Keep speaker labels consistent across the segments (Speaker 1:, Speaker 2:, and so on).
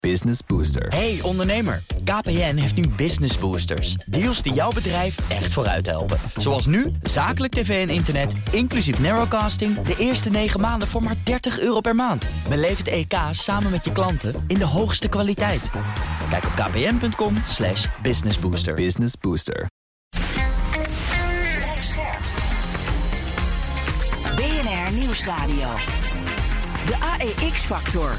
Speaker 1: Business Booster.
Speaker 2: Hey ondernemer, KPN heeft nu Business Boosters. Deals die jouw bedrijf echt vooruit helpen. Zoals nu, zakelijk tv en internet, inclusief narrowcasting... de eerste 9 maanden voor maar €30 per maand. Beleef het EK samen met je klanten in de hoogste kwaliteit. Kijk op kpn.com/businessbooster.
Speaker 1: Business Booster.
Speaker 3: BNR Nieuwsradio. De AEX-factor.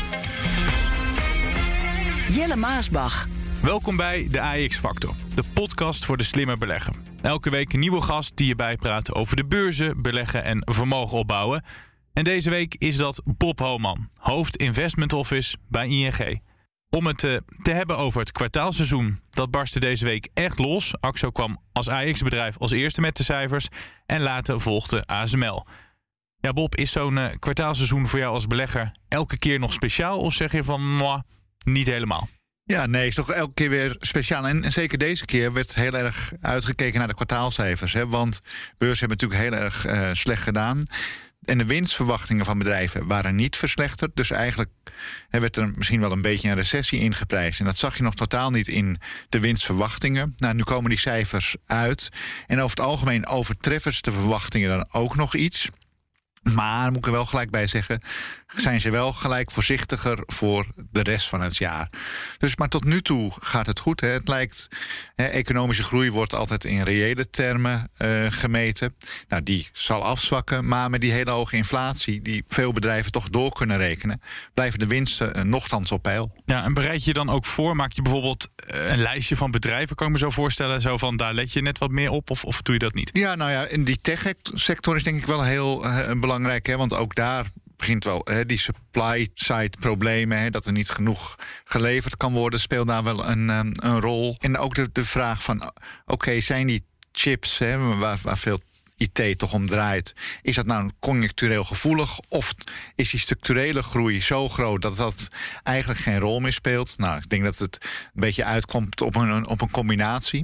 Speaker 3: Jelle Maasbach.
Speaker 4: Welkom bij de AEX-factor, de podcast voor de slimme belegger. Elke week een nieuwe gast die je bijpraat over de beurzen, beleggen en vermogen opbouwen. En deze week is dat Bob Homan, hoofd Investment Office bij ING. Om het te hebben over het kwartaalseizoen. Dat barstte deze week echt los. Axo kwam als AEX-bedrijf als eerste met de cijfers en later volgde ASML. Ja, Bob, is zo'n kwartaalseizoen voor jou als belegger elke keer nog speciaal? Of zeg je van, niet helemaal?
Speaker 5: Ja, nee, is toch elke keer weer speciaal. En zeker deze keer werd heel erg uitgekeken naar de kwartaalcijfers. Hè? Want beurzen hebben natuurlijk heel erg slecht gedaan. En de winstverwachtingen van bedrijven waren niet verslechterd. Dus eigenlijk werd er misschien wel een beetje een recessie ingeprijsd. En dat zag je nog totaal niet in de winstverwachtingen. Nou, nu komen die cijfers uit. En over het algemeen overtreffen ze de verwachtingen dan ook nog iets. Maar, moet ik er wel gelijk bij zeggen, zijn ze wel gelijk voorzichtiger voor de rest van het jaar. Dus, maar tot nu toe gaat het goed. Hè. Het lijkt, economische groei wordt altijd in reële termen gemeten. Nou, die zal afzwakken, maar met die hele hoge inflatie, die veel bedrijven toch door kunnen rekenen, blijven de winsten nochtans op peil.
Speaker 4: Ja, en bereid je dan ook voor? Maak je bijvoorbeeld een lijstje van bedrijven, kan ik me zo voorstellen, zo van daar let je net wat meer op, of doe je dat niet?
Speaker 5: Ja, nou ja, in die tech-sector is denk ik wel heel belangrijk, hè, want ook daar begint wel die supply-side problemen, dat er niet genoeg geleverd kan worden, speelt daar wel een rol. En ook de vraag van, oké, zijn die chips, waar veel IT toch om draait, is dat nou conjunctureel gevoelig, of is die structurele groei zo groot dat dat eigenlijk geen rol meer speelt? Nou, ik denk dat het een beetje uitkomt op een combinatie.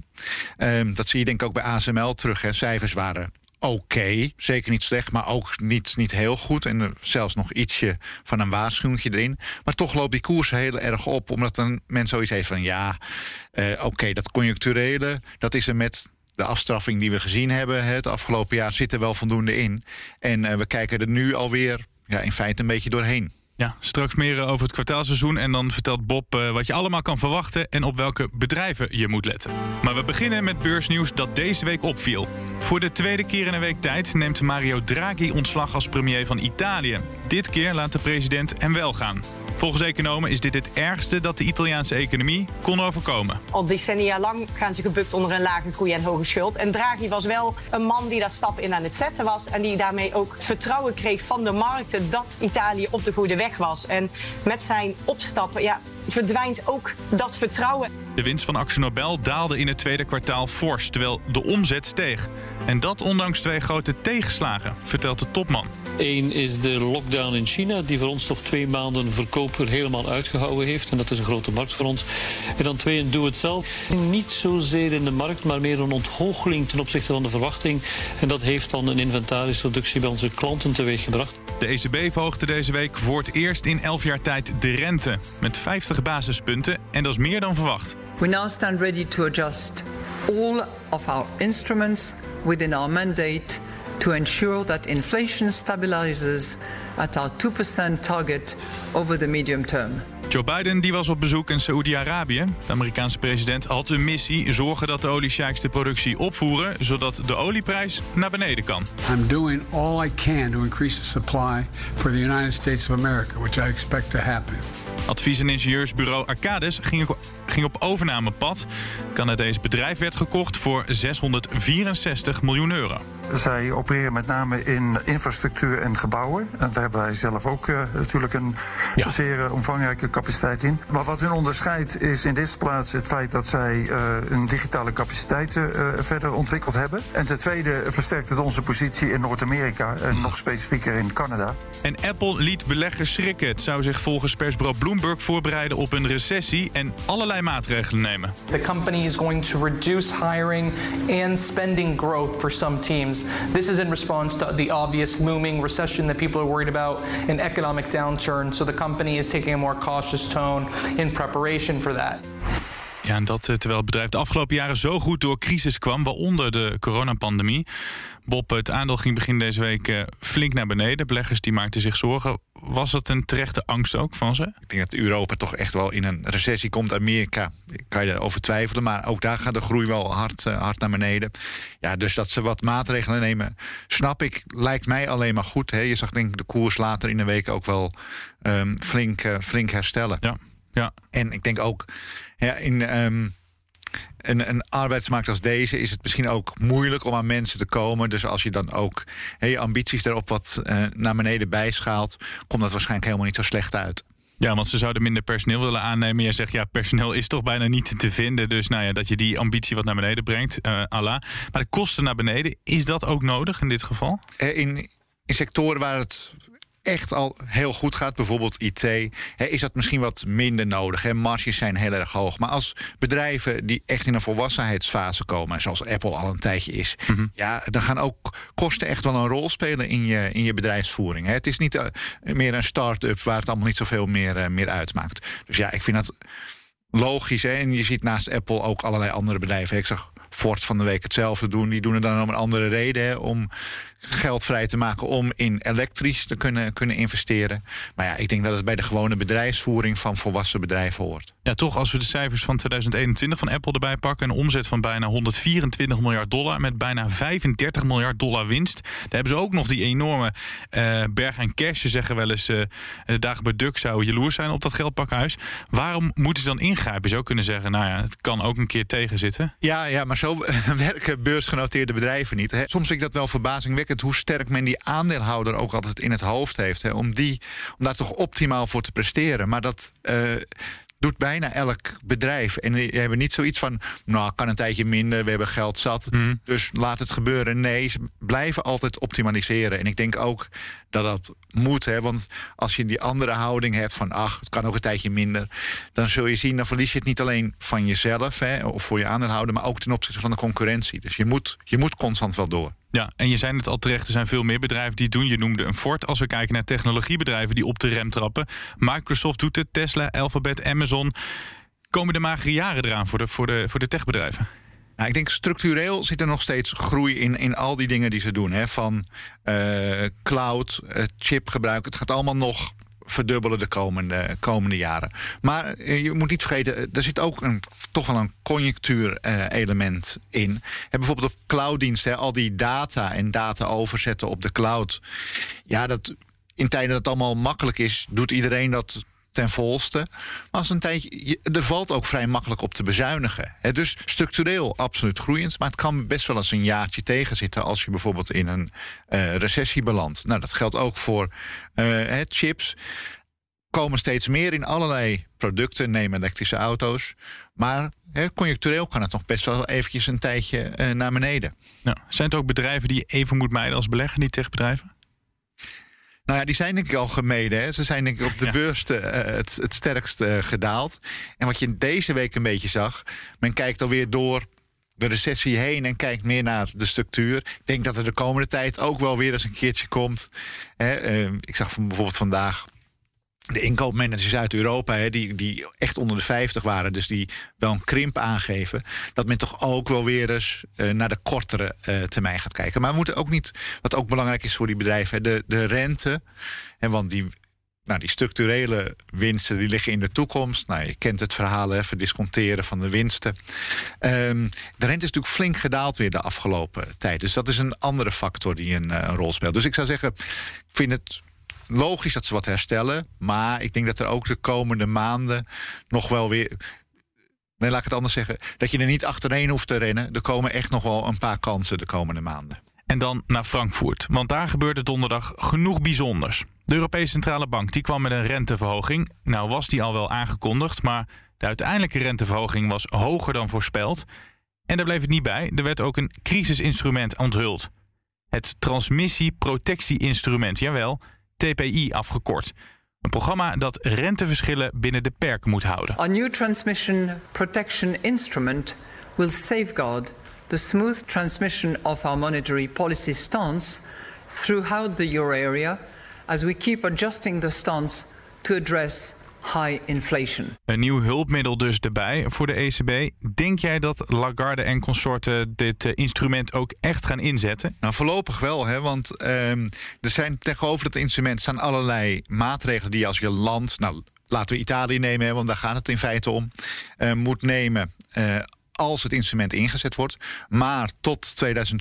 Speaker 5: Dat zie je denk ik ook bij ASML terug. Hè. Cijfers waren oké, zeker niet slecht, maar ook niet heel goed. En er zelfs nog ietsje van een waarschuwingje erin. Maar toch loopt die koers heel erg op, omdat een mens zoiets heeft van oké, dat conjuncturele, dat is er met de afstraffing die we gezien hebben het afgelopen jaar, zit er wel voldoende in. En we kijken er nu alweer in feite een beetje doorheen.
Speaker 4: Ja, straks meer over het kwartaalseizoen en dan vertelt Bob wat je allemaal kan verwachten en op welke bedrijven je moet letten. Maar we beginnen met beursnieuws dat deze week opviel. Voor de tweede keer in een week tijd neemt Mario Draghi ontslag als premier van Italië. Dit keer laat de president hem wel gaan. Volgens economen is dit het ergste dat de Italiaanse economie kon overkomen.
Speaker 6: Al decennia lang gaan ze gebukt onder een lage groei en hoge schuld. En Draghi was wel een man die daar stap in aan het zetten was en die daarmee ook het vertrouwen kreeg van de markten dat Italië op de goede weg was. En met zijn opstappen verdwijnt ook dat vertrouwen.
Speaker 4: De winst van AkzoNobel daalde in het tweede kwartaal fors, terwijl de omzet steeg. En dat ondanks 2 grote tegenslagen, vertelt de topman.
Speaker 7: 1 is de lockdown in China, die voor ons toch 2 maanden verkoop er helemaal uitgehouden heeft. En dat is een grote markt voor ons. En dan 2, een doe-het-zelf. Niet zozeer in de markt, maar meer een onthoogeling ten opzichte van de verwachting. En dat heeft dan een inventarisreductie bij onze klanten teweeggebracht.
Speaker 4: De ECB verhoogde deze week voor het eerst in 11 jaar tijd de rente met 50 basispunten. En dat is meer dan verwacht.
Speaker 8: We now stand ready to adjust all of our instruments within our mandate to ensure that inflation stabilizes at our 2% target over the medium term.
Speaker 4: Joe Biden die was op bezoek in Saoedi-Arabië. De Amerikaanse president had een missie: zorgen dat de oliesheiks de productie opvoeren, zodat de olieprijs naar beneden kan.
Speaker 9: I'm doing all I can to increase the supply for the United States of America, which I expect to happen.
Speaker 4: Advies- en ingenieursbureau Arcadis ging op overnamepad. Canadese bedrijf werd gekocht voor €664 miljoen.
Speaker 10: Zij opereren met name in infrastructuur en gebouwen. En daar hebben wij zelf ook natuurlijk een zeer omvangrijke capaciteit in. Maar wat hun onderscheidt is in de eerste plaats het feit dat zij een digitale capaciteit verder ontwikkeld hebben. En ten tweede versterkt het onze positie in Noord-Amerika en nog specifieker in Canada.
Speaker 4: En Apple liet beleggers schrikken. Het zou zich volgens persbureau Bloomberg voorbereiden op een recessie en allerlei maatregelen nemen.
Speaker 11: The company is going to reduce hiring and spending growth for some teams.
Speaker 1: volumes. This is in response to the obvious looming recession that people are worried about, an economic downturn. So the company is taking a more cautious tone in preparation for that.
Speaker 4: Ja, en dat terwijl het bedrijf de afgelopen jaren zo goed door crisis kwam, waaronder de coronapandemie. Bob, het aandeel ging begin deze week flink naar beneden. Beleggers die maakten zich zorgen. Was dat een terechte angst ook van ze? Ik
Speaker 5: denk dat Europa toch echt wel in een recessie komt. Amerika kan je daarover twijfelen, maar ook daar gaat de groei wel hard naar beneden. Ja, dus dat ze wat maatregelen nemen, snap ik. Lijkt mij alleen maar goed. Hè. Je zag denk ik de koers later in de week ook wel flink herstellen.
Speaker 4: Ja.
Speaker 5: En ik denk ook in een arbeidsmarkt als deze is het misschien ook moeilijk om aan mensen te komen. Dus als je dan ook je ambities erop wat naar beneden bijschaalt, komt dat waarschijnlijk helemaal niet zo slecht uit.
Speaker 4: Ja, want ze zouden minder personeel willen aannemen. Jij zegt, ja, personeel is toch bijna niet te vinden. Dus nou ja, dat je die ambitie wat naar beneden brengt. Maar de kosten naar beneden, is dat ook nodig in dit geval?
Speaker 5: In sectoren waar het echt al heel goed gaat, bijvoorbeeld IT, is dat misschien wat minder nodig. Marges zijn heel erg hoog. Maar als bedrijven die echt in een volwassenheidsfase komen, zoals Apple al een tijdje is, dan gaan ook kosten echt wel een rol spelen in je bedrijfsvoering. Het is niet meer een start-up waar het allemaal niet zoveel meer uitmaakt. Dus ja, ik vind dat logisch. En je ziet naast Apple ook allerlei andere bedrijven. Ik zag Ford van de week hetzelfde doen. Die doen het dan om een andere reden, om geld vrij te maken om in elektrisch te kunnen investeren. Maar ja, ik denk dat het bij de gewone bedrijfsvoering van volwassen bedrijven hoort.
Speaker 4: Ja, toch, als we de cijfers van 2021 van Apple erbij pakken, een omzet van bijna $124 miljard met bijna $35 miljard winst. Daar hebben ze ook nog die enorme berg aan cash. Ze zeggen wel eens, Dagobert Duck zou jaloers zijn op dat geldpakhuis. Waarom moeten ze dan ingrijpen? Je zou kunnen zeggen, nou ja, het kan ook een keer tegenzitten.
Speaker 5: Ja, maar zo werken beursgenoteerde bedrijven niet. Hè. Soms vind ik dat wel verbazingwekkend hoe sterk men die aandeelhouder ook altijd in het hoofd heeft. Hè, om daar toch optimaal voor te presteren. Maar dat doet bijna elk bedrijf. En die hebben niet zoiets van, nou, kan een tijdje minder, we hebben geld zat, dus laat het gebeuren. Nee, ze blijven altijd optimaliseren. En ik denk ook dat moet, hè, want als je die andere houding hebt van, het kan ook een tijdje minder, dan zul je zien, dan verlies je het niet alleen van jezelf, of voor je aandeelhouder, maar ook ten opzichte van de concurrentie. Dus je moet constant wel door.
Speaker 4: Ja, en je zei het al terecht, er zijn veel meer bedrijven die het doen. Je noemde een Ford. Als we kijken naar technologiebedrijven die op de rem trappen. Microsoft doet het, Tesla, Alphabet, Amazon. Komen de magere jaren eraan voor de techbedrijven?
Speaker 5: Nou, ik denk structureel zit er nog steeds groei in al die dingen die ze doen. Hè? Van cloud, chipgebruik. Het gaat allemaal nog verdubbelen de komende jaren. Maar je moet niet vergeten, er zit ook toch wel een conjunctuurelement in. En bijvoorbeeld op clouddiensten, al die data en data overzetten op de cloud. Ja, dat in tijden dat het allemaal makkelijk is, doet iedereen dat ten volste. Maar als een tijdje, er valt ook vrij makkelijk op te bezuinigen. Dus structureel absoluut groeiend, maar het kan best wel eens een jaartje tegenzitten als je bijvoorbeeld in een recessie belandt. Nou, dat geldt ook voor chips. Komen steeds meer in allerlei producten, neem elektrische auto's. Maar conjunctureel kan het nog best wel eventjes een tijdje naar beneden.
Speaker 4: Nou, zijn het ook bedrijven die je even moet mijden als belegger, die techbedrijven?
Speaker 5: Nou ja, die zijn denk ik al gemeden. Hè. Ze zijn denk ik op de beurs het sterkst gedaald. En wat je deze week een beetje zag, men kijkt alweer door de recessie heen en kijkt meer naar de structuur. Ik denk dat er de komende tijd ook wel weer eens een keertje komt. Ik zag bijvoorbeeld vandaag de inkoopmanagers uit Europa, die echt onder de 50 waren, dus die wel een krimp aangeven, dat men toch ook wel weer eens naar de kortere termijn gaat kijken. Maar we moeten ook niet, wat ook belangrijk is voor die bedrijven, de rente, want die structurele winsten die liggen in de toekomst. Nou, je kent het verhaal, verdisconteren van de winsten. De rente is natuurlijk flink gedaald weer de afgelopen tijd. Dus dat is een andere factor die een rol speelt. Dus ik zou zeggen, ik vind het logisch dat ze wat herstellen, maar ik denk dat er ook de komende maanden nog wel weer, nee, laat ik het anders zeggen, dat je er niet achterheen hoeft te rennen. Er komen echt nog wel een paar kansen de komende maanden.
Speaker 4: En dan naar Frankfurt, want daar gebeurde donderdag genoeg bijzonders. De Europese Centrale Bank die kwam met een renteverhoging. Nou was die al wel aangekondigd, maar de uiteindelijke renteverhoging was hoger dan voorspeld. En daar bleef het niet bij. Er werd ook een crisisinstrument onthuld. Het Transmissie-Protectie-Instrument, jawel, TPI afgekort. Een programma dat renteverschillen binnen de perken moet houden.
Speaker 8: Our new Transmission Protection Instrument will safeguard the smooth transmission of our monetary policy stance throughout the euro area as we keep adjusting the stance to address high inflation.
Speaker 4: Een nieuw hulpmiddel dus erbij voor de ECB. Denk jij dat Lagarde en consorten dit instrument ook echt gaan inzetten?
Speaker 5: Nou, voorlopig wel, hè, want er zijn tegenover het instrument staan allerlei maatregelen die als je land, nou laten we Italië nemen, hè, want daar gaat het in feite om, moet nemen als het instrument ingezet wordt. Maar tot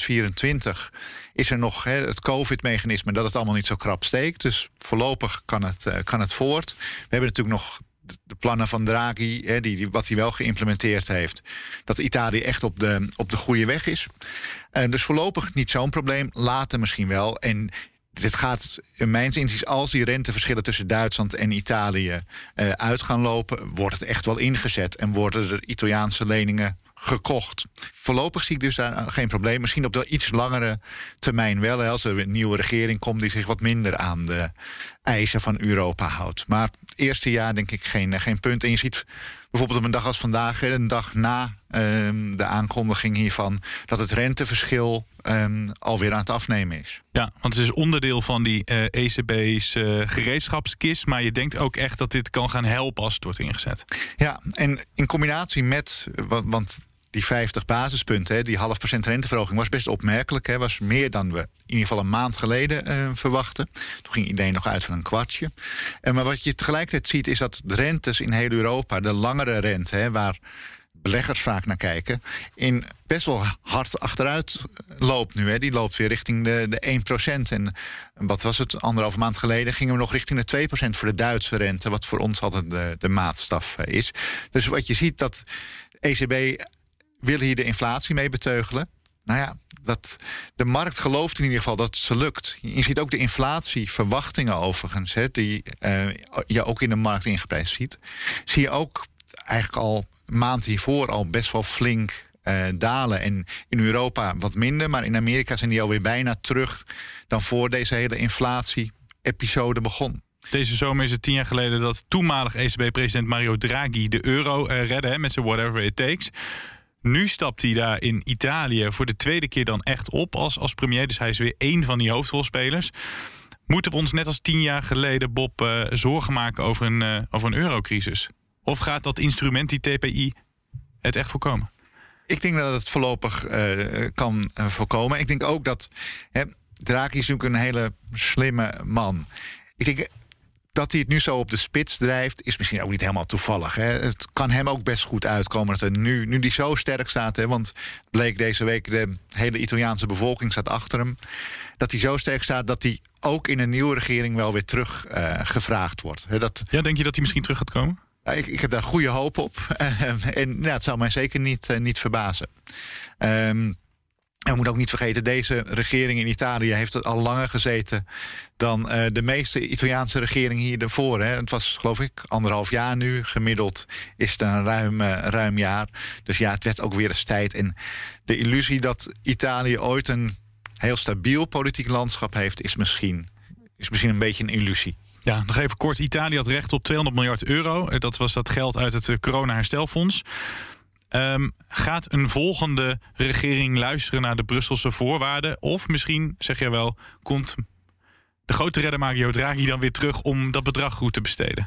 Speaker 5: 2024 is er nog het COVID-mechanisme dat het allemaal niet zo krap steekt. Dus voorlopig kan het voort. We hebben natuurlijk nog de plannen van Draghi, wat hij wel geïmplementeerd heeft, dat Italië echt op de goede weg is. Dus voorlopig niet zo'n probleem, later misschien wel. En dit gaat in mijn inziens, als die renteverschillen tussen Duitsland en Italië uit gaan lopen, wordt het echt wel ingezet en worden er Italiaanse leningen gekocht. Voorlopig zie ik dus daar geen probleem. Misschien op de iets langere termijn wel, hè, als er een nieuwe regering komt die zich wat minder aan de eisen van Europa houdt. Maar het eerste jaar denk ik geen punt. En je ziet bijvoorbeeld op een dag als vandaag, een dag na de aankondiging hiervan, dat het renteverschil alweer aan het afnemen is.
Speaker 4: Ja, want het is onderdeel van die ECB's gereedschapskist, maar je denkt ook echt dat dit kan gaan helpen als het wordt ingezet.
Speaker 5: Ja, en in combinatie met, want die 50 basispunten, die 0,5% renteverhoging, was best opmerkelijk. Hè, was meer dan we in ieder geval een maand geleden verwachten. Toen ging iedereen nog uit van een kwartje. Maar wat je tegelijkertijd ziet is dat de rentes in heel Europa, de langere rente, hè, waar beleggers vaak naar kijken, in best wel hard achteruit loopt nu. Hè. Die loopt weer richting de 1%. En wat was het? 1,5 maand geleden gingen we nog richting de 2% voor de Duitse rente, wat voor ons altijd de maatstaf is. Dus wat je ziet, dat ECB wil hier de inflatie mee beteugelen. Nou ja, de markt gelooft in ieder geval dat het ze lukt. Je ziet ook de inflatieverwachtingen overigens, hè, die je ook in de markt ingeprijsd ziet. Zie je ook eigenlijk al maand hiervoor al best wel flink dalen. En in Europa wat minder, maar in Amerika zijn die alweer bijna terug dan voor deze hele inflatie-episode begon.
Speaker 4: Deze zomer is het 10 jaar geleden dat toenmalig ECB-president Mario Draghi de euro redde, hè, met zijn whatever it takes. Nu stapt hij daar in Italië voor de tweede keer dan echt op als premier. Dus hij is weer één van die hoofdrolspelers. Moeten we ons net als 10 jaar geleden, Bob, zorgen maken over een eurocrisis? Of gaat dat instrument, die TPI, het echt voorkomen?
Speaker 5: Ik denk dat het voorlopig kan voorkomen. Ik denk ook dat Draghi is natuurlijk een hele slimme man. Ik denk dat hij het nu zo op de spits drijft, is misschien ook niet helemaal toevallig. Hè. Het kan hem ook best goed uitkomen dat er nu die zo sterk staat, hè, want het bleek deze week, de hele Italiaanse bevolking staat achter hem, dat hij zo sterk staat dat hij ook in een nieuwe regering wel weer terug gevraagd wordt. Hè,
Speaker 4: ja, denk je dat hij misschien terug gaat komen?
Speaker 5: Ik heb daar goede hoop op. En het zou mij zeker niet verbazen. En we moeten ook niet vergeten, deze regering in Italië heeft het al langer gezeten dan de meeste Italiaanse regeringen hier ervoor. Hè. Het was, geloof ik, 1,5 jaar nu. Gemiddeld is het een ruim jaar. Dus ja, het werd ook weer eens tijd. En de illusie dat Italië ooit een heel stabiel politiek landschap heeft, is misschien een beetje een illusie.
Speaker 4: Ja, nog even kort. Italië had recht op 200 miljard euro. Dat was dat geld uit het corona-herstelfonds. Gaat een volgende regering luisteren naar de Brusselse voorwaarden? Of misschien, zeg jij wel, komt de grote redder Mario Draghi dan weer terug om dat bedrag goed te besteden?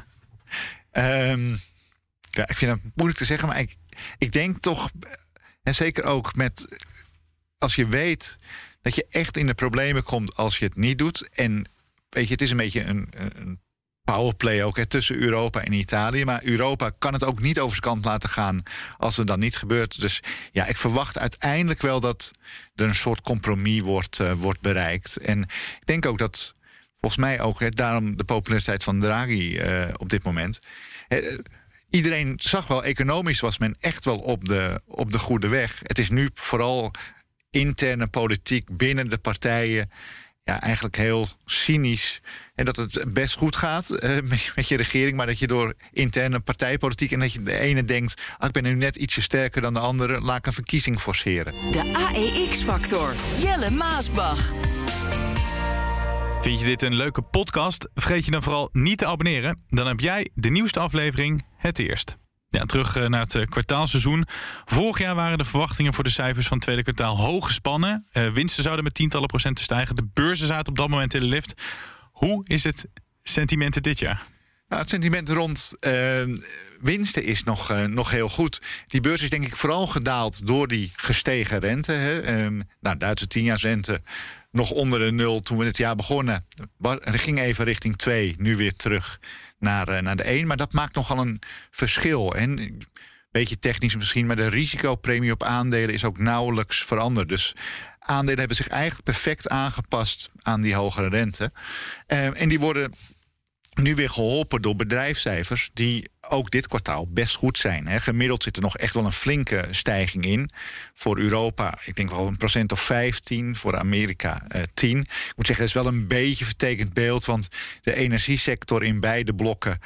Speaker 5: Ja, ik vind het moeilijk te zeggen, maar ik denk toch, en zeker ook met, als je weet dat je echt in de problemen komt als je het niet doet. En weet je, het is een beetje een powerplay ook tussen Europa en Italië. Maar Europa kan het ook niet over zijn kant laten gaan als het dan niet gebeurt. Dus ja, ik verwacht uiteindelijk wel dat er een soort compromis wordt bereikt. En ik denk ook dat, volgens mij ook, daarom de populariteit van Draghi op dit moment. Iedereen zag wel, economisch was men echt wel op de goede weg. Het is nu vooral interne politiek binnen de partijen, ja, eigenlijk heel cynisch. En dat het best goed gaat met je regering, maar dat je door interne partijpolitiek en dat je de ene denkt, ik ben nu net ietsje sterker dan de andere, laat ik een verkiezing forceren.
Speaker 3: De AEX-factor. Jelle Maasbach.
Speaker 4: Vind je dit een leuke podcast? Vergeet je dan vooral niet te abonneren. Dan heb jij de nieuwste aflevering het eerst. Ja, terug naar het kwartaalseizoen. Vorig jaar waren de verwachtingen voor de cijfers van het tweede kwartaal hoog gespannen. Winsten zouden met tientallen procenten stijgen. De beurzen zaten op dat moment in de lift. Hoe is het sentiment dit jaar?
Speaker 5: Nou, het sentiment rond winsten is nog heel goed. Die beurs is denk ik vooral gedaald door die gestegen rente. Hè. Duitse 10-jaarsrente nog onder de 0 toen we het jaar begonnen. Er ging even richting 2, nu weer terug naar de 1. Maar dat maakt nogal een verschil. En beetje technisch misschien, maar de risicopremie op aandelen is ook nauwelijks veranderd. Dus aandelen hebben zich eigenlijk perfect aangepast aan die hogere rente. En die worden nu weer geholpen door bedrijfscijfers die ook dit kwartaal best goed zijn. Hè. Gemiddeld zit er nog echt wel een flinke stijging in. Voor Europa, ik denk wel 1% of 15%. Voor Amerika 10%. Ik moet zeggen, dat is wel een beetje vertekend beeld, want de energiesector in beide blokken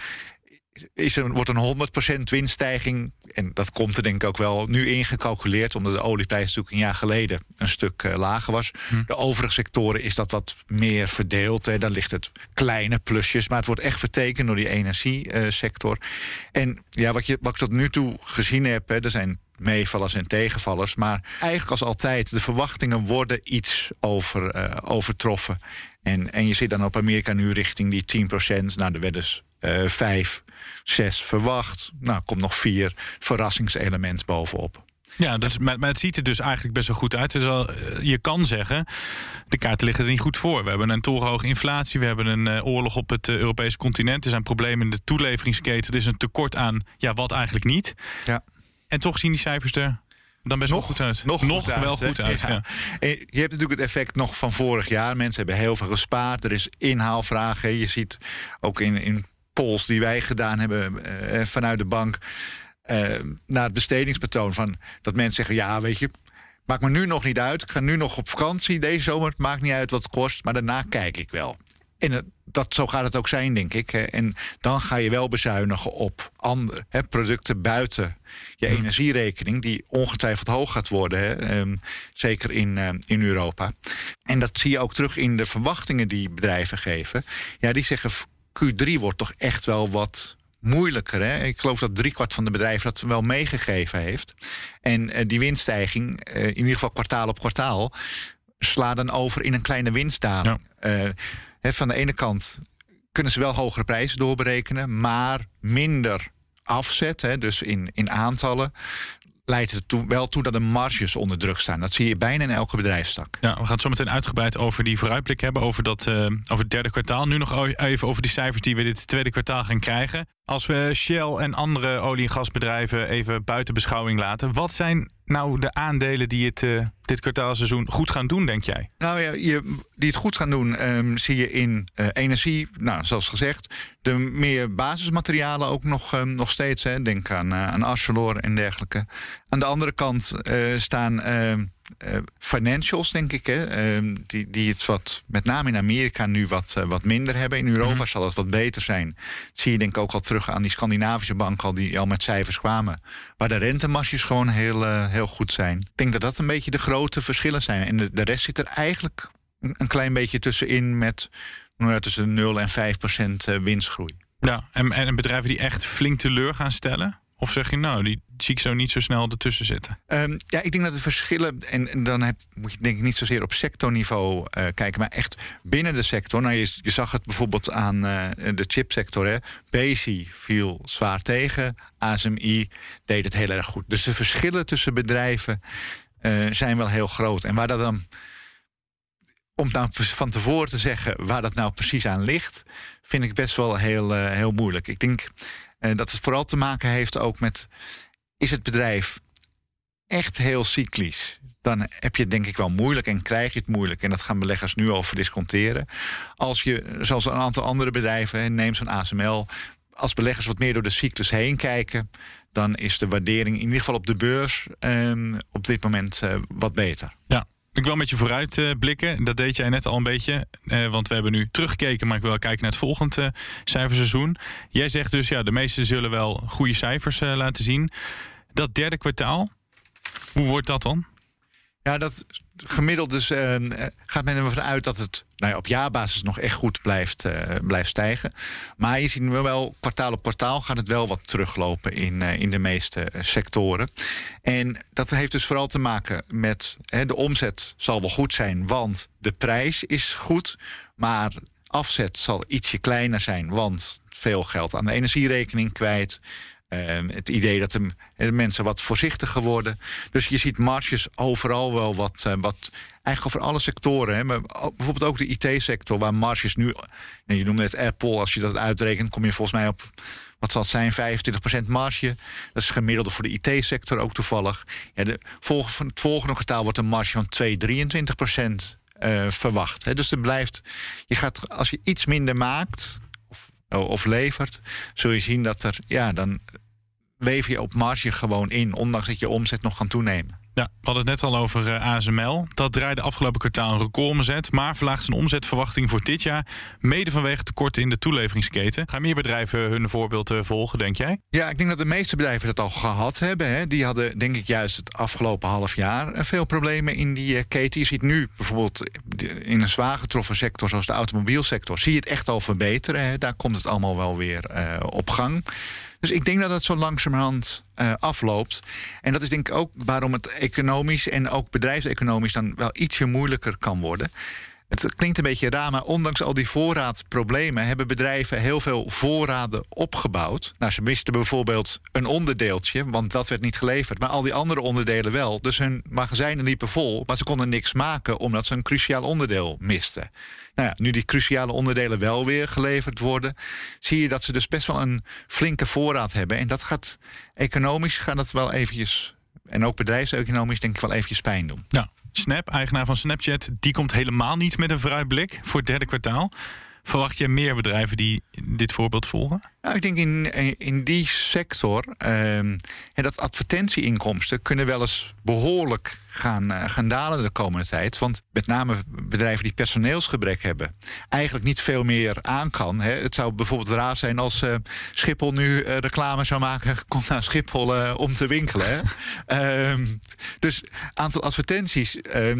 Speaker 5: wordt een 100% winststijging. En dat komt er denk ik ook wel nu ingecalculeerd, omdat de olieprijs natuurlijk een jaar geleden een stuk lager was. De overige sectoren is dat wat meer verdeeld. Hè. Daar ligt het kleine plusjes, maar het wordt echt vertekend door die energiesector. En ja, wat ik tot nu toe gezien heb, hè, er zijn meevallers en tegenvallers, maar eigenlijk als altijd, de verwachtingen worden iets overtroffen. En je zit dan op Amerika nu richting die 10%. Nou, er werd dus 5, 6 verwacht. Nou, komt nog 4 verrassingselement bovenop.
Speaker 4: Ja, dus, maar het ziet er dus eigenlijk best wel goed uit. Dus je kan zeggen, de kaarten liggen er niet goed voor. We hebben een torenhoge inflatie, we hebben een oorlog op het Europese continent. Er zijn problemen in de toeleveringsketen. Er is een tekort aan wat eigenlijk niet. Ja. En toch zien die cijfers er dan best wel goed uit. Nog wel goed uit. Ja.
Speaker 5: Je hebt natuurlijk het effect nog van vorig jaar. Mensen hebben heel veel gespaard. Er is inhaalvraag. Je ziet ook in polls die wij gedaan hebben vanuit de bank naar het bestedingspatroon van dat mensen zeggen, ja, weet je, maakt me nu nog niet uit. Ik ga nu nog op vakantie deze zomer. Het maakt niet uit wat het kost, maar daarna kijk ik wel. En zo gaat het ook zijn, denk ik. En dan ga je wel bezuinigen op andere producten buiten je energierekening, die ongetwijfeld hoog gaat worden, zeker in Europa. En dat zie je ook terug in de verwachtingen die bedrijven geven. Ja, die zeggen Q3 wordt toch echt wel wat moeilijker. Hè? Ik geloof dat 3/4 van de bedrijven dat wel meegegeven heeft. En die winststijging, in ieder geval kwartaal op kwartaal, slaat dan over in een kleine winstdaling. Ja. Van de ene kant kunnen ze wel hogere prijzen doorberekenen, maar minder afzet, dus in aantallen, leidt het wel toe dat de marges onder druk staan. Dat zie je bijna in elke bedrijfstak. Ja,
Speaker 4: we gaan het zo meteen uitgebreid over die vooruitblik hebben, over het derde kwartaal. Nu nog even over die cijfers die we dit tweede kwartaal gaan krijgen. Als we Shell en andere olie- en gasbedrijven even buiten beschouwing laten, wat zijn nou de aandelen die het dit kwartaalseizoen goed gaan doen, denk jij?
Speaker 5: Nou ja, die het goed gaan doen zie je in energie. Nou, zoals gezegd, de meer basismaterialen ook nog steeds. Hè. Denk aan Arcelor en dergelijke. Aan de andere kant staan financials, denk ik. Hè, die het wat, met name in Amerika, nu wat minder hebben. In Europa zal het wat beter zijn. Dat zie je denk ik ook al terug aan die Scandinavische banken die al met cijfers kwamen, waar de rentemarges gewoon heel goed zijn. Ik denk dat dat een beetje de grote verschillen zijn. En de rest zit er eigenlijk een klein beetje tussenin met tussen 0 en 5% winstgroei.
Speaker 4: Ja, en bedrijven die echt flink teleur gaan stellen? Of zeg je, nou, die zie ik zo niet zo snel ertussen zitten?
Speaker 5: Ja, ik denk dat de verschillen, en dan moet je denk ik niet zozeer op sectorniveau kijken, maar echt binnen de sector. Nou, je zag het bijvoorbeeld aan de chipsector. Hè. Besi viel zwaar tegen, ASMI deed het heel erg goed. Dus de verschillen tussen bedrijven zijn wel heel groot. En waar dat dan, om nou van tevoren te zeggen waar dat nou precies aan ligt, vind ik best wel heel moeilijk. Ik denk dat het vooral te maken heeft ook met, is het bedrijf echt heel cyclisch? Dan heb je het denk ik wel moeilijk en krijg je het moeilijk. En dat gaan beleggers nu al verdisconteren. Als je, zoals een aantal andere bedrijven, neem zo'n ASML, als beleggers wat meer door de cyclus heen kijken, dan is de waardering in ieder geval op de beurs op dit moment wat beter.
Speaker 4: Ja. Ik wil met je vooruit blikken. Dat deed jij net al een beetje. Want we hebben nu teruggekeken, maar ik wil kijken naar het volgende cijferseizoen. Jij zegt dus, ja, de meesten zullen wel goede cijfers laten zien. Dat derde kwartaal, hoe wordt dat dan?
Speaker 5: Ja, dat gemiddeld dus gaat men ervan uit dat het op jaarbasis nog echt goed blijft stijgen. Maar je ziet wel kwartaal op kwartaal gaat het wel wat teruglopen in de meeste sectoren. En dat heeft dus vooral te maken met de omzet zal wel goed zijn, want de prijs is goed. Maar afzet zal ietsje kleiner zijn, want veel geld aan de energierekening kwijt. Het idee dat de mensen wat voorzichtiger worden. Dus je ziet marges overal wel wat eigenlijk over alle sectoren. Hè, maar bijvoorbeeld ook de IT-sector, waar marges nu... je noemde het Apple, als je dat uitrekent, kom je volgens mij op... wat zal het zijn, 25% marge. Dat is gemiddelde voor de IT-sector ook toevallig. Ja, het volgende kwartaal wordt een marge van 23% verwacht. Hè. Dus er blijft... als je iets minder maakt of levert, zul je zien dat dan lever je op marge gewoon in, ondanks dat je omzet nog kan toenemen.
Speaker 4: Ja, we hadden het net al over ASML. Dat draaide afgelopen kwartaal een recordomzet, maar verlaagt zijn omzetverwachting voor dit jaar, mede vanwege tekorten in de toeleveringsketen. Gaan meer bedrijven hun voorbeeld volgen, denk jij?
Speaker 5: Ja, ik denk dat de meeste bedrijven dat al gehad hebben. Hè. Die hadden, denk ik, juist het afgelopen half jaar veel problemen in die keten. Je ziet nu bijvoorbeeld in een zwaar getroffen sector zoals de automobielsector, zie je het echt al verbeteren. Hè. Daar komt het allemaal wel weer op gang. Dus ik denk dat het zo langzamerhand afloopt. En dat is denk ik ook waarom het economisch en ook bedrijfseconomisch dan wel ietsje moeilijker kan worden. Het klinkt een beetje raar, maar ondanks al die voorraadproblemen hebben bedrijven heel veel voorraden opgebouwd. Nou, ze misten bijvoorbeeld een onderdeeltje, want dat werd niet geleverd. Maar al die andere onderdelen wel. Dus hun magazijnen liepen vol, maar ze konden niks maken omdat ze een cruciaal onderdeel misten. Nou ja, nu die cruciale onderdelen wel weer geleverd worden, zie je dat ze dus best wel een flinke voorraad hebben. En dat gaat economisch wel eventjes, en ook bedrijfseconomisch denk ik wel eventjes pijn doen.
Speaker 4: Ja. Snap, eigenaar van Snapchat, die komt helemaal niet met een vooruitblik voor het derde kwartaal. Verwacht je meer bedrijven die dit voorbeeld volgen?
Speaker 5: Nou, ik denk in die sector, dat advertentieinkomsten kunnen wel eens behoorlijk gaan dalen de komende tijd. Want met name bedrijven die personeelsgebrek hebben, eigenlijk niet veel meer aan kan. Hè. Het zou bijvoorbeeld raar zijn als Schiphol nu reclame zou maken, komt naar Schiphol om te winkelen. Hè. Dus aantal advertenties,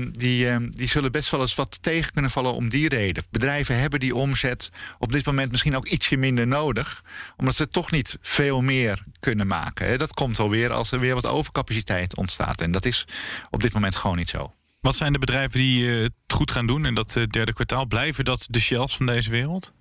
Speaker 5: die zullen best wel eens wat tegen kunnen vallen om die reden. Bedrijven hebben die omzet op dit moment misschien ook ietsje minder nodig, omdat ze toch niet veel meer kunnen maken. Hè. Dat komt alweer als er weer wat overcapaciteit ontstaat. En dat is op dit moment gewoon niet zo.
Speaker 4: Wat zijn de bedrijven die het goed gaan doen in dat derde kwartaal? Blijven dat de Shells van deze wereld?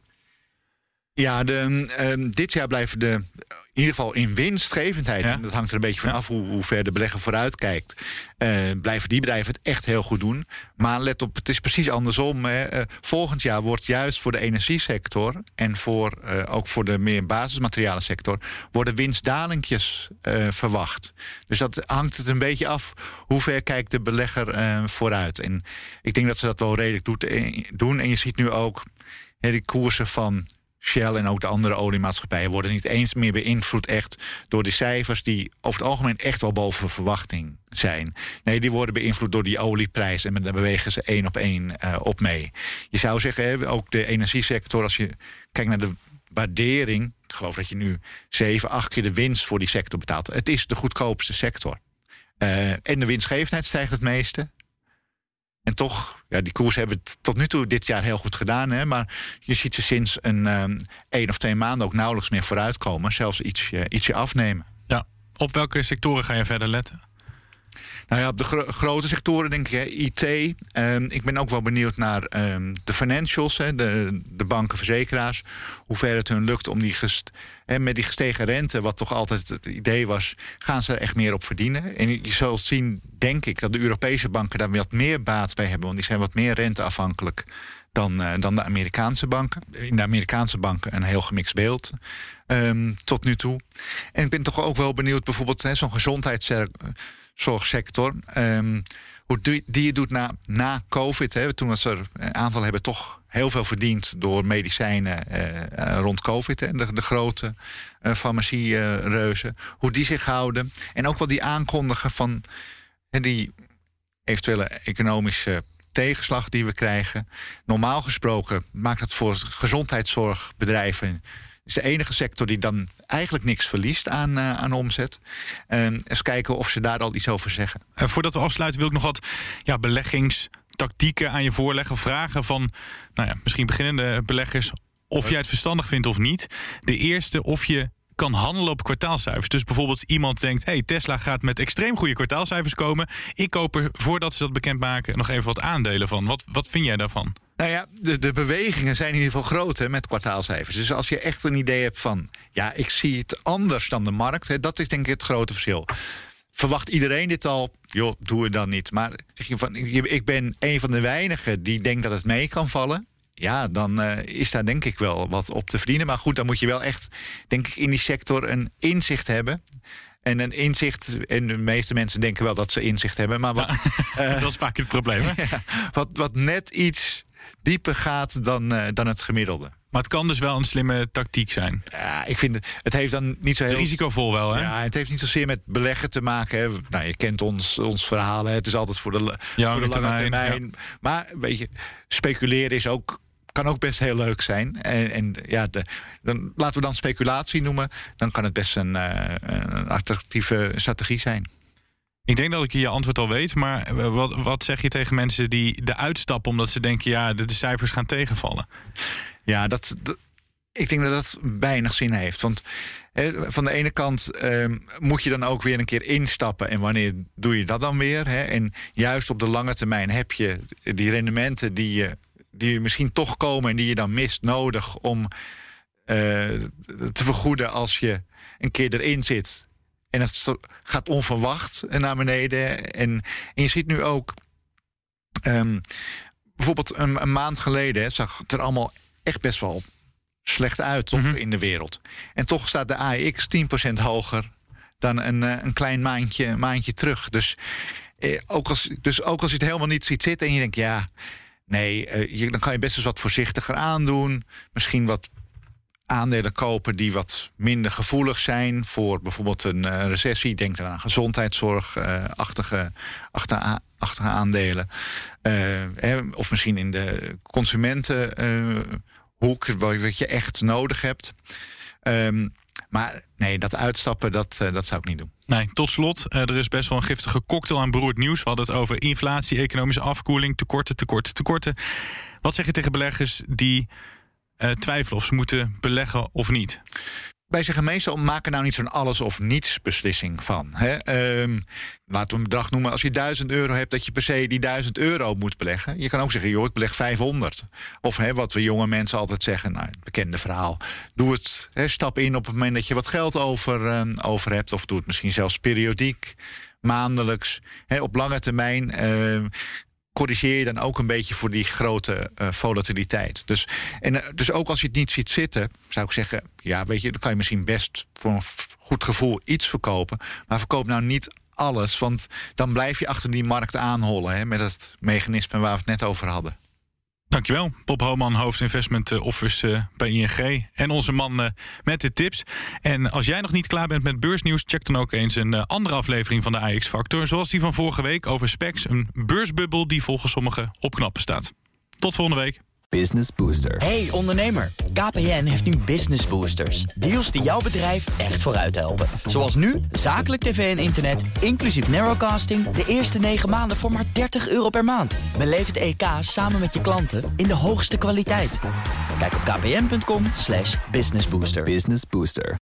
Speaker 5: Ja, dit jaar blijven in ieder geval in winstgevendheid, en dat hangt er een beetje van af hoe ver de belegger vooruit kijkt, blijven die bedrijven het echt heel goed doen. Maar let op, het is precies andersom. Volgend jaar wordt juist voor de energiesector en ook voor de meer basismaterialensector worden winstdalingjes verwacht. Dus dat hangt het een beetje af hoe ver kijkt de belegger vooruit. En ik denk dat ze dat wel redelijk doen. En je ziet nu ook die koersen van Shell en ook de andere oliemaatschappijen worden niet eens meer beïnvloed echt door die cijfers die over het algemeen echt wel boven verwachting zijn. Nee, die worden beïnvloed door die olieprijs en daar bewegen ze 1 op 1 op mee. Je zou zeggen, ook de energiesector, als je kijkt naar de waardering, ik geloof dat je nu 7, 8 keer de winst voor die sector betaalt. Het is de goedkoopste sector. En de winstgevendheid stijgt het meeste. En toch, die koers hebben het tot nu toe dit jaar heel goed gedaan. Hè? Maar je ziet ze sinds een 1 of 2 maanden ook nauwelijks meer vooruitkomen. Zelfs ietsje afnemen.
Speaker 4: Ja, op welke sectoren ga je verder letten?
Speaker 5: Nou ja, op de grote sectoren denk ik, IT. Ik ben ook wel benieuwd naar de financials, de banken, verzekeraars. Hoe ver het hun lukt om met die gestegen rente, wat toch altijd het idee was, gaan ze er echt meer op verdienen. En je zult zien, denk ik, dat de Europese banken daar wat meer baat bij hebben. Want die zijn wat meer renteafhankelijk dan de Amerikaanse banken. In de Amerikaanse banken een heel gemixt beeld tot nu toe. En ik ben toch ook wel benieuwd, bijvoorbeeld zo'n gezondheidszorgsector, hoe die het doet na COVID. Hè. Toen was er een aantal hebben toch heel veel verdiend door medicijnen rond COVID. Hè. De grote farmaciereuzen. Hoe die zich houden. En ook wel die aankondigen van die eventuele economische tegenslag die we krijgen. Normaal gesproken maakt het voor gezondheidszorgbedrijven is de enige sector die dan eigenlijk niks verliest aan omzet. Eens kijken of ze daar al iets over zeggen.
Speaker 4: Voordat we afsluiten wil ik nog wat beleggingstactieken aan je voorleggen. Vragen van misschien beginnende beleggers of jij het verstandig vindt of niet. De eerste, of je kan handelen op kwartaalcijfers. Dus bijvoorbeeld iemand denkt, Tesla gaat met extreem goede kwartaalcijfers komen. Ik koop er, voordat ze dat bekendmaken, nog even wat aandelen van. Wat vind jij daarvan?
Speaker 5: Nou ja, de bewegingen zijn in ieder geval groot met kwartaalcijfers. Dus als je echt een idee hebt van, ik zie het anders dan de markt. Dat is denk ik het grote verschil. Verwacht iedereen dit al? Joh, doe het dan niet. Maar zeg je van, ik ben een van de weinigen die denkt dat het mee kan vallen. Ja, dan is daar denk ik wel wat op te verdienen. Maar goed, dan moet je wel echt, denk ik, in die sector een inzicht hebben. En een inzicht, en de meeste mensen denken wel dat ze inzicht hebben. Maar
Speaker 4: dat is vaak het probleem, hè?
Speaker 5: Wat net iets dieper gaat dan het gemiddelde.
Speaker 4: Maar het kan dus wel een slimme tactiek zijn.
Speaker 5: Ja, ik vind het heeft dan niet zo heel...
Speaker 4: Het is risicovol wel, hè?
Speaker 5: Ja, het heeft niet zozeer met beleggen te maken. Hè. Nou, je kent ons verhaal. Hè. Het is altijd voor de lange termijn. Ja. Maar weet je, speculeren kan ook best heel leuk zijn. Dan laten we dan speculatie noemen. Dan kan het best een attractieve strategie zijn.
Speaker 4: Ik denk dat ik je antwoord al weet, maar wat zeg je tegen mensen die eruit stappen omdat ze denken, de cijfers gaan tegenvallen?
Speaker 5: Ja, ik denk dat dat weinig zin heeft. Want van de ene kant moet je dan ook weer een keer instappen. En wanneer doe je dat dan weer? En juist op de lange termijn heb je die rendementen die misschien toch komen en die je dan mist nodig om te vergoeden als je een keer erin zit. En het gaat onverwacht naar beneden. En je ziet nu ook, bijvoorbeeld een maand geleden zag het er allemaal echt best wel slecht uit in de wereld. En toch staat de AEX 10% hoger dan een klein maandje terug. Dus ook als je het helemaal niet ziet zitten en je denkt, dan kan je best eens wat voorzichtiger aandoen. Misschien wat aandelen kopen die wat minder gevoelig zijn voor bijvoorbeeld een recessie. Denk dan aan gezondheidszorg-achtige aandelen. Of misschien in de consumentenhoek, wat je echt nodig hebt. Maar nee, dat uitstappen, dat zou ik niet doen.
Speaker 4: Nee, tot slot, er is best wel een giftige cocktail aan beroerd nieuws. We hadden het over inflatie, economische afkoeling, tekorten. Wat zeg je tegen beleggers die twijfelen of ze moeten beleggen of niet?
Speaker 5: Wij zeggen meestal, maak er nou niet zo'n alles of niets beslissing van. Laten we een bedrag noemen. Als je €1000 hebt, dat je per se die €1000 moet beleggen. Je kan ook zeggen, ik beleg 500. Of wat we jonge mensen altijd zeggen, het bekende verhaal. Doe het, stap in op het moment dat je wat geld over hebt. Of doe het misschien zelfs periodiek, maandelijks. Op lange termijn corrigeer je dan ook een beetje voor die grote volatiliteit. Dus ook als je het niet ziet zitten, zou ik zeggen, dan kan je misschien best voor een goed gevoel iets verkopen. Maar verkoop nou niet alles, want dan blijf je achter die markt aanhollen met het mechanisme waar we het net over hadden.
Speaker 4: Dankjewel, Bob Homan, hoofd Investment Office bij ING. En onze man met de tips. En als jij nog niet klaar bent met beursnieuws, check dan ook eens een andere aflevering van de AEX Factor. Zoals die van vorige week over SPACs, een beursbubbel die volgens sommigen op knappen staat. Tot volgende week.
Speaker 2: Business Booster. Hey ondernemer, KPN heeft nu Business Boosters. Deals die jouw bedrijf echt vooruit helpen. Zoals nu, zakelijk tv en internet, inclusief narrowcasting, de eerste 9 maanden voor maar €30 per maand. Beleef het EK samen met je klanten in de hoogste kwaliteit. Kijk op kpn.com/businessbooster. Business Booster.